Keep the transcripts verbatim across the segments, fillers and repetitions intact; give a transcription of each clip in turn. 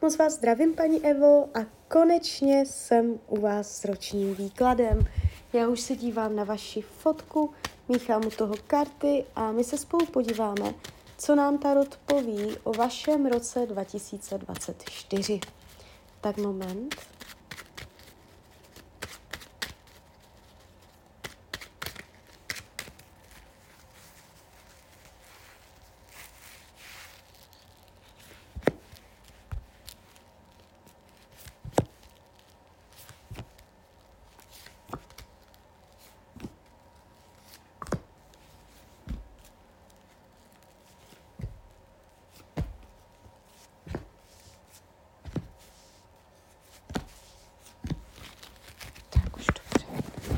Moc vás zdravím, paní Evo, a konečně jsem u vás s ročním výkladem. Já už se dívám na vaši fotku, míchám u toho karty a my se spolu podíváme, co nám tarot poví o vašem roce dva tisíce dvacet čtyři. Tak moment. Tak už dobře.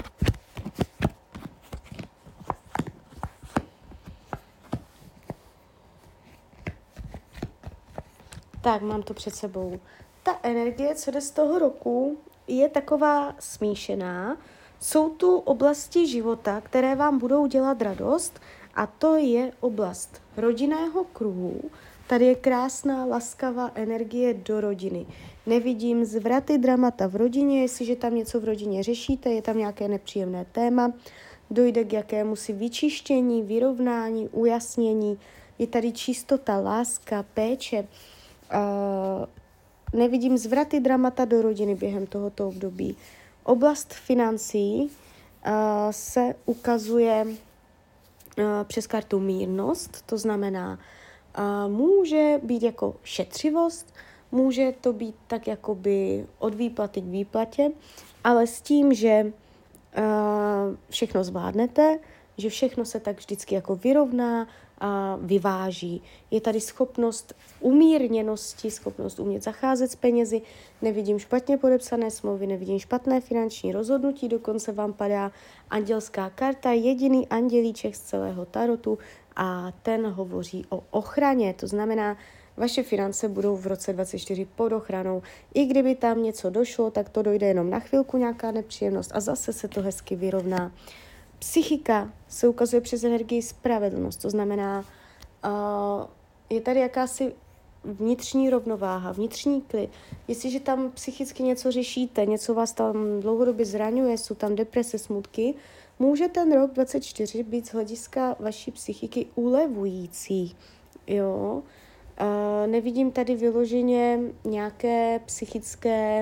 Tak, mám to před sebou. Ta energie, co jde z toho roku, je taková smíšená. Jsou tu oblasti života, které vám budou dělat radost, a to je oblast rodinného kruhu. Tady je krásná, laskavá energie do rodiny. Nevidím zvraty, dramata v rodině, jestliže tam něco v rodině řešíte, je tam nějaké nepříjemné téma, dojde k jakémusi vyčištění, vyrovnání, ujasnění. Je tady čistota, láska, péče. Uh, nevidím zvraty, dramata do rodiny během tohoto období. Oblast financí uh, se ukazuje uh, přes kartu mírnost, to znamená, uh, může být jako šetřivost, může to být tak jakoby od výplaty k výplatě, ale s tím, že uh, všechno zvládnete, že všechno se tak vždycky jako vyrovná a vyváží. Je tady schopnost umírněnosti, schopnost umět zacházet s penězi, nevidím špatně podepsané smlouvy, nevidím špatné finanční rozhodnutí, dokonce vám padá andělská karta, jediný andělíček z celého tarotu a ten hovoří o ochraně, to znamená, vaše finance budou v roce dvacet čtyři pod ochranou. I kdyby tam něco došlo, tak to dojde jenom na chvilku, nějaká nepříjemnost a zase se to hezky vyrovná. Psychika se ukazuje přes energii spravedlnost, to znamená, uh, je tady jakási vnitřní rovnováha, vnitřní klid. Jestliže tam psychicky něco řešíte, něco vás tam dlouhodobě zraňuje, jsou tam deprese, smutky, může ten rok dvacet čtyři být z hlediska vaší psychiky ulevující. Jo? Uh, nevidím tady vyloženě nějaké psychické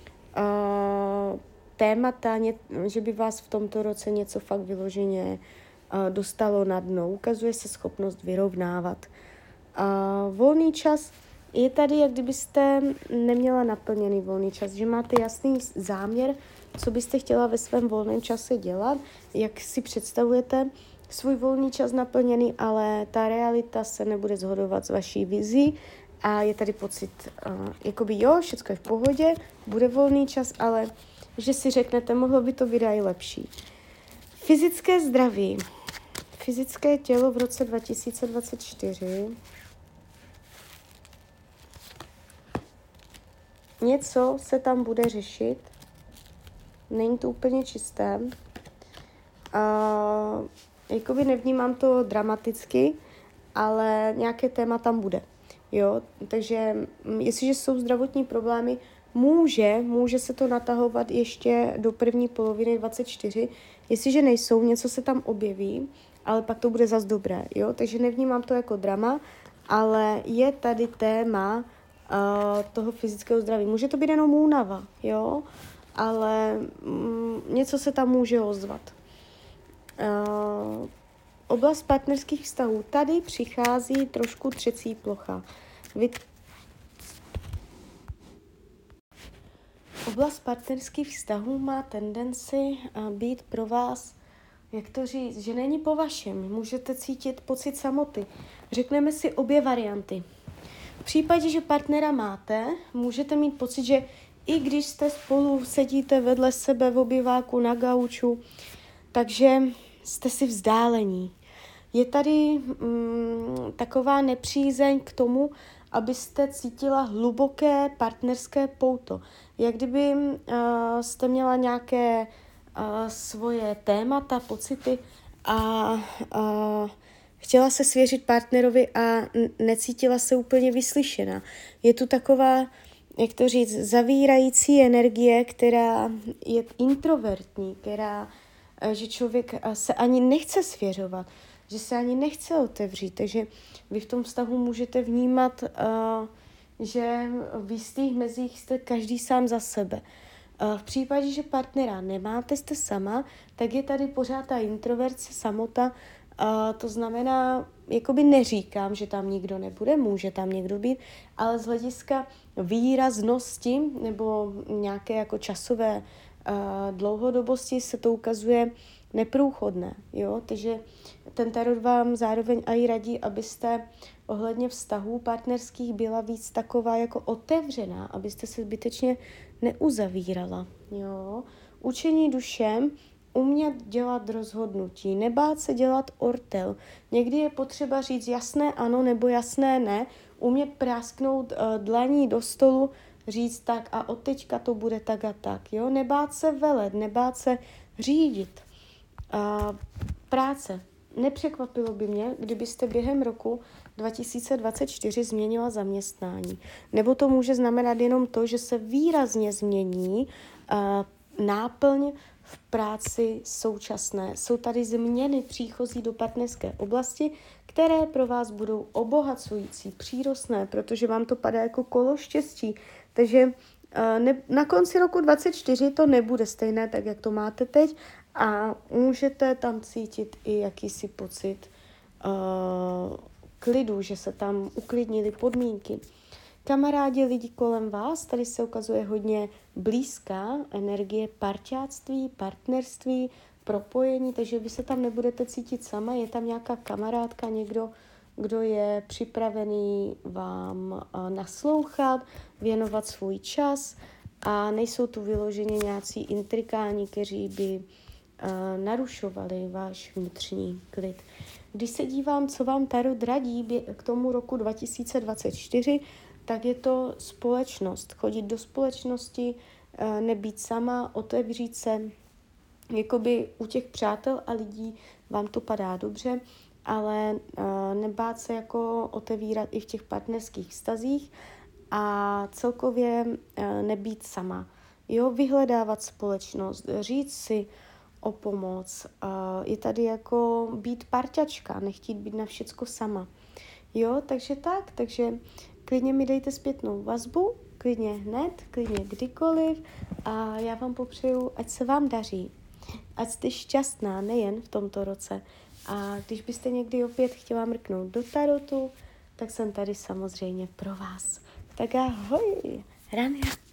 uh, témata, že by vás v tomto roce něco fakt vyloženě uh, dostalo na dno. Ukazuje se schopnost vyrovnávat. Uh, volný čas je tady, jak kdybyste neměla naplněný volný čas, že máte jasný záměr, co byste chtěla ve svém volném čase dělat, jak si představujete svůj volný čas naplněný, ale ta realita se nebude shodovat s vaší vizí a je tady pocit, uh, jakoby jo, všechno je v pohodě, bude volný čas, ale že si řeknete, mohlo by to být i lepší. Fyzické zdraví. Fyzické tělo v roce dva tisíce dvacet čtyři. Něco se tam bude řešit. Není to úplně čisté. Uh, jakoby nevnímám to dramaticky, ale nějaké téma tam bude. Jo? Takže jestliže jsou zdravotní problémy, Může, může se to natahovat ještě do první poloviny dvacet čtyři, jestliže nejsou, něco se tam objeví, ale pak to bude zas dobré, jo, takže nevnímám to jako drama, ale je tady téma uh, toho fyzického zdraví. Může to být jenom únava, jo, ale mm, něco se tam může ozvat. Uh, oblast partnerských vztahů, tady přichází trošku třecí plocha. Vy Oblast partnerských vztahů má tendenci být pro vás, jak to říct, že není po vašem. Můžete cítit pocit samoty. Řekneme si obě varianty. V případě, že partnera máte, můžete mít pocit, že i když jste spolu, sedíte vedle sebe v obyváku na gauču, takže jste si vzdálení. Je tady mm, taková nepřízeň k tomu, abyste cítila hluboké partnerské pouto. Jak kdyby uh, jste měla nějaké uh, svoje témata, pocity a uh, chtěla se svěřit partnerovi a n- necítila se úplně vyslyšená. Je tu taková jak to říct, zavírající energie, která je introvertní, která, že člověk se ani nechce svěřovat, že se ani nechce otevřít. Takže vy v tom vztahu můžete vnímat, že v jistých mezích jste každý sám za sebe. V případě, že partnera nemáte, jste sama, tak je tady pořád ta introverce, samota. To znamená, jakoby neříkám, že tam nikdo nebude, může tam někdo být, ale z hlediska výraznosti nebo nějaké jako časové dlouhodobosti se to ukazuje neprůchodné. Jo? Takže ten tarot vám zároveň i radí, abyste ohledně vztahů partnerských byla víc taková jako otevřená, abyste se zbytečně neuzavírala. Jo? Učení dušem, umět dělat rozhodnutí, nebát se dělat ortel. Někdy je potřeba říct jasné ano nebo jasné ne, umět prásknout uh, dlaní do stolu, říct tak a od teďka to bude tak a tak. Jo? Nebát se velet, nebát se řídit. Uh, práce. Nepřekvapilo by mě, kdybyste během roku dva tisíce dvacet čtyři změnila zaměstnání. Nebo to může znamenat jenom to, že se výrazně změní uh, náplň v práci současné. Jsou tady změny příchozí do partnerské oblasti, které pro vás budou obohacující, přínosné, protože vám to padá jako kolo štěstí. Takže uh, ne, na konci roku dvacet čtyři to nebude stejné, tak jak to máte teď, a můžete tam cítit i jakýsi pocit uh, klidu, že se tam uklidnily podmínky. Kamarádi, lidi kolem vás, tady se ukazuje hodně blízká energie parťáctví, partnerství, propojení, takže vy se tam nebudete cítit sama, je tam nějaká kamarádka, někdo, kdo je připravený vám uh, naslouchat, věnovat svůj čas a nejsou tu vyloženě nějací intrikáni, kteří by Uh, narušovali váš vnitřní klid. Když se dívám, co vám tarot radí k tomu roku dva tisíce dvacet čtyři, tak je to společnost. Chodit do společnosti, uh, nebýt sama, otevřít se, jakoby u těch přátel a lidí vám to padá dobře, ale uh, nebát se jako otevírat i v těch partnerských vztazích a celkově uh, nebýt sama. Jo, vyhledávat společnost, říct si o pomoc. Je tady jako být parťačka, nechtít být na všecko sama. Jo, takže tak, takže klidně mi dejte zpětnou vazbu, klidně hned, klidně kdykoliv a já vám popřeju, ať se vám daří, ať jste šťastná nejen v tomto roce. A když byste někdy opět chtěla mrknout do tarotu, tak jsem tady samozřejmě pro vás. Tak ahoj, Rania.